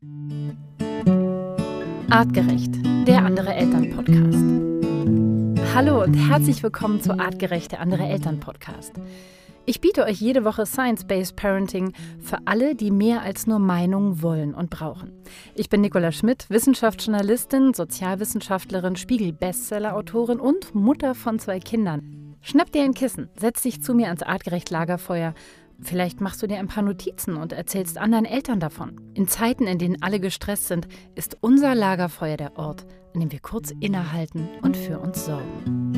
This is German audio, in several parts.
Artgerecht, der andere Eltern-Podcast. Hallo und herzlich willkommen zu Artgerecht, der andere Eltern-Podcast. Ich biete euch jede Woche Science-Based Parenting für alle, die mehr als nur Meinungen wollen und brauchen. Ich bin Nicola Schmidt, Wissenschaftsjournalistin, Sozialwissenschaftlerin, Spiegel-Bestseller-Autorin und Mutter von 2 Kindern. Schnapp dir ein Kissen, setz dich zu mir ans Artgerecht-Lagerfeuer. Vielleicht machst du dir ein paar Notizen und erzählst anderen Eltern davon. In Zeiten, in denen alle gestresst sind, ist unser Lagerfeuer der Ort, an dem wir kurz innehalten und für uns sorgen.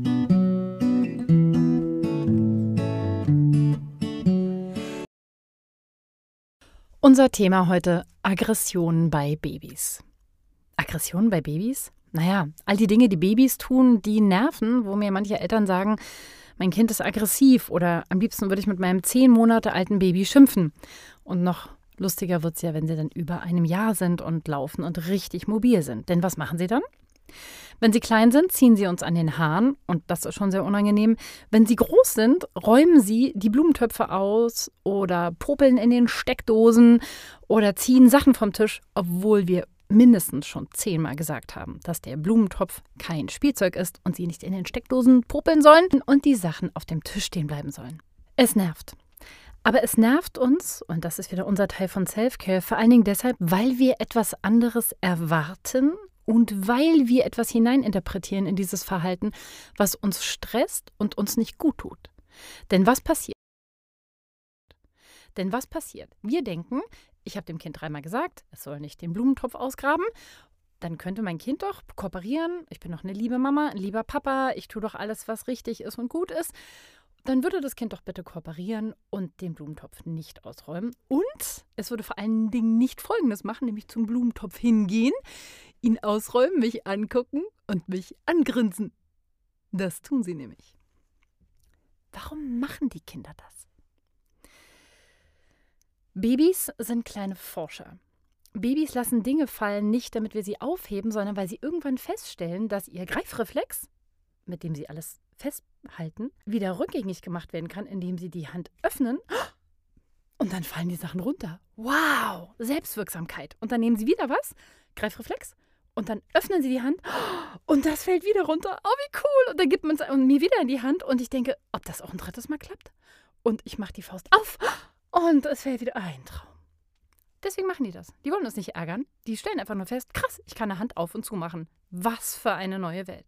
Unser Thema heute: Aggressionen bei Babys. Aggressionen bei Babys? Naja, all die Dinge, die Babys tun, die nerven, wo mir manche Eltern sagen, mein Kind ist aggressiv oder am liebsten würde ich mit meinem 10 Monate alten Baby schimpfen. Und noch lustiger wird es ja, wenn sie dann über einem Jahr sind und laufen und richtig mobil sind. Denn was machen sie dann? Wenn sie klein sind, ziehen sie uns an den Haaren und das ist schon sehr unangenehm. Wenn sie groß sind, räumen sie die Blumentöpfe aus oder popeln in den Steckdosen oder ziehen Sachen vom Tisch, obwohl wir mindestens schon 10-mal gesagt haben, dass der Blumentopf kein Spielzeug ist und sie nicht in den Steckdosen popeln sollen und die Sachen auf dem Tisch stehen bleiben sollen. Es nervt. Aber es nervt uns, und das ist wieder unser Teil von Self-Care, vor allen Dingen deshalb, weil wir etwas anderes erwarten und weil wir etwas hineininterpretieren in dieses Verhalten, was uns stresst und uns nicht gut tut. Denn was passiert? Wir denken, ich habe dem Kind 3-mal gesagt, es soll nicht den Blumentopf ausgraben. Dann könnte mein Kind doch kooperieren. Ich bin doch eine liebe Mama, ein lieber Papa. Ich tue doch alles, was richtig ist und gut ist. Dann würde das Kind doch bitte kooperieren und den Blumentopf nicht ausräumen. Und es würde vor allen Dingen nicht Folgendes machen, nämlich zum Blumentopf hingehen, ihn ausräumen, mich angucken und mich angrinsen. Das tun sie nämlich. Warum machen die Kinder das? Babys sind kleine Forscher. Babys lassen Dinge fallen, nicht damit wir sie aufheben, sondern weil sie irgendwann feststellen, dass ihr Greifreflex, mit dem sie alles festhalten, wieder rückgängig gemacht werden kann, indem sie die Hand öffnen und dann fallen die Sachen runter. Wow, Selbstwirksamkeit. Und dann nehmen sie wieder was, Greifreflex, und dann öffnen sie die Hand und das fällt wieder runter. Oh, wie cool. Und dann gibt man es mir wieder in die Hand und ich denke, ob das auch ein 3. Mal klappt. Und ich mache die Faust auf. Und es fällt wieder ein Traum. Deswegen machen die das. Die wollen uns nicht ärgern. Die stellen einfach nur fest, krass, ich kann eine Hand auf und zu machen. Was für eine neue Welt.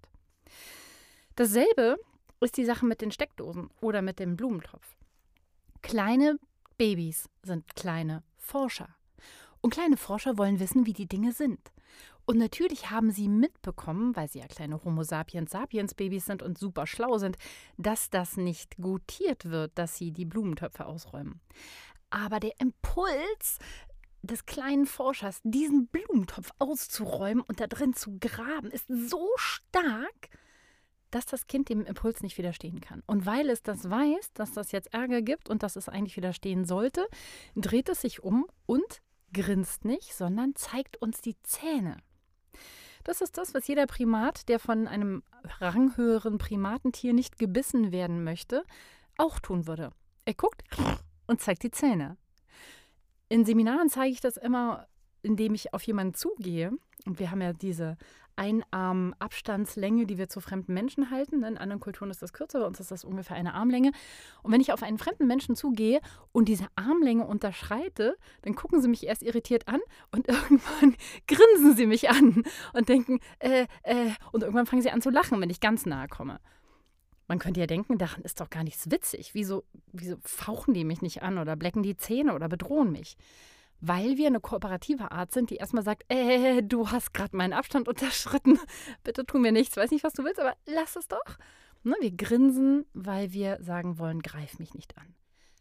Dasselbe ist die Sache mit den Steckdosen oder mit dem Blumentopf. Kleine Babys sind kleine Forscher. Und kleine Forscher wollen wissen, wie die Dinge sind. Und natürlich haben sie mitbekommen, weil sie ja kleine Homo sapiens sapiens Babys sind und super schlau sind, dass das nicht gutiert wird, dass sie die Blumentöpfe ausräumen. Aber der Impuls des kleinen Forschers, diesen Blumentopf auszuräumen und da drin zu graben, ist so stark, dass das Kind dem Impuls nicht widerstehen kann. Und weil es das weiß, dass das jetzt Ärger gibt und dass es eigentlich widerstehen sollte, dreht es sich um und grinst nicht, sondern zeigt uns die Zähne. Das ist das, was jeder Primat, der von einem ranghöheren Primatentier nicht gebissen werden möchte, auch tun würde. Er guckt und zeigt die Zähne. In Seminaren zeige ich das immer, indem ich auf jemanden zugehe. Und wir haben ja diese Einarm-Abstandslänge, die wir zu fremden Menschen halten. In anderen Kulturen ist das kürzer, bei uns ist das ungefähr eine Armlänge. Und wenn ich auf einen fremden Menschen zugehe und diese Armlänge unterschreite, dann gucken sie mich erst irritiert an und irgendwann grinsen sie mich an und denken, und irgendwann fangen sie an zu lachen, wenn ich ganz nahe komme. Man könnte ja denken, daran ist doch gar nichts witzig. Wieso fauchen die mich nicht an oder blecken die Zähne oder bedrohen mich? Weil wir eine kooperative Art sind, die erstmal sagt, du hast gerade meinen Abstand unterschritten, bitte tu mir nichts, weiß nicht, was du willst, aber lass es doch. Ne, wir grinsen, weil wir sagen wollen, greif mich nicht an.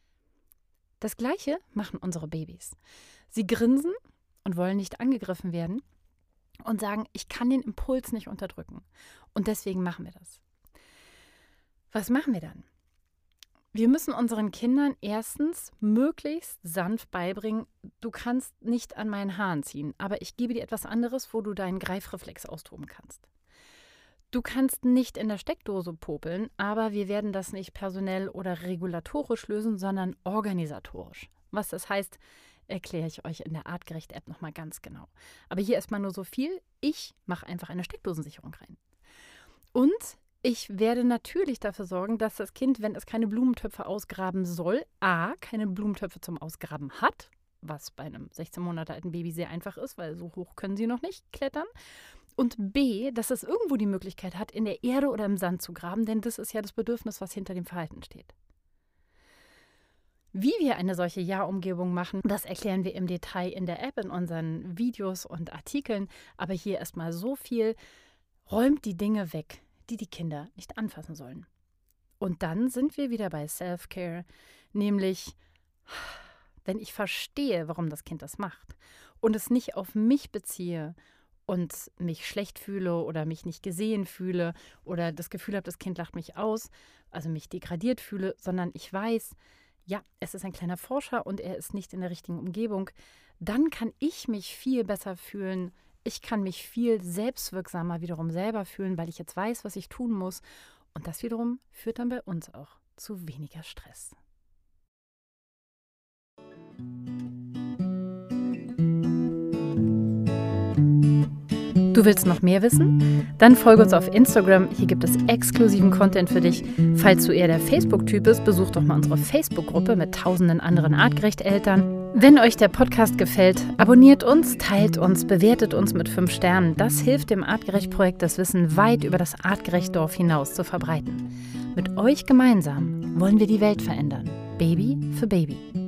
Das Gleiche machen unsere Babys. Sie grinsen und wollen nicht angegriffen werden und sagen, ich kann den Impuls nicht unterdrücken. Und deswegen machen wir das. Was machen wir dann? Wir müssen unseren Kindern erstens möglichst sanft beibringen, du kannst nicht an meinen Haaren ziehen, aber ich gebe dir etwas anderes, wo du deinen Greifreflex austoben kannst. Du kannst nicht in der Steckdose popeln, aber wir werden das nicht personell oder regulatorisch lösen, sondern organisatorisch. Was das heißt, erkläre ich euch in der Artgerecht-App nochmal ganz genau. Aber hier erstmal nur so viel. Ich mache einfach eine Steckdosensicherung rein. Und ich werde natürlich dafür sorgen, dass das Kind, wenn es keine Blumentöpfe ausgraben soll, a, keine Blumentöpfe zum Ausgraben hat, was bei einem 16 Monate alten Baby sehr einfach ist, weil so hoch können sie noch nicht klettern. Und b, dass es irgendwo die Möglichkeit hat, in der Erde oder im Sand zu graben, denn das ist ja das Bedürfnis, was hinter dem Verhalten steht. Wie wir eine solche Ja-Umgebung machen, das erklären wir im Detail in der App, in unseren Videos und Artikeln. Aber hier erstmal so viel: räumt die Dinge weg, die die Kinder nicht anfassen sollen. Und dann sind wir wieder bei Self-Care, nämlich, wenn ich verstehe, warum das Kind das macht und es nicht auf mich beziehe und mich schlecht fühle oder mich nicht gesehen fühle oder das Gefühl habe, das Kind lacht mich aus, also mich degradiert fühle, sondern ich weiß, ja, es ist ein kleiner Forscher und er ist nicht in der richtigen Umgebung, dann kann ich mich viel besser fühlen. Ich kann mich viel selbstwirksamer wiederum selber fühlen, weil ich jetzt weiß, was ich tun muss. Und das wiederum führt dann bei uns auch zu weniger Stress. Du willst noch mehr wissen? Dann folge uns auf Instagram. Hier gibt es exklusiven Content für dich. Falls du eher der Facebook-Typ bist, besuch doch mal unsere Facebook-Gruppe mit tausenden anderen Artgerecht-Eltern. Wenn euch der Podcast gefällt, abonniert uns, teilt uns, bewertet uns mit 5 Sternen. Das hilft dem Artgerecht-Projekt, das Wissen weit über das Artgerecht-Dorf hinaus zu verbreiten. Mit euch gemeinsam wollen wir die Welt verändern. Baby für Baby.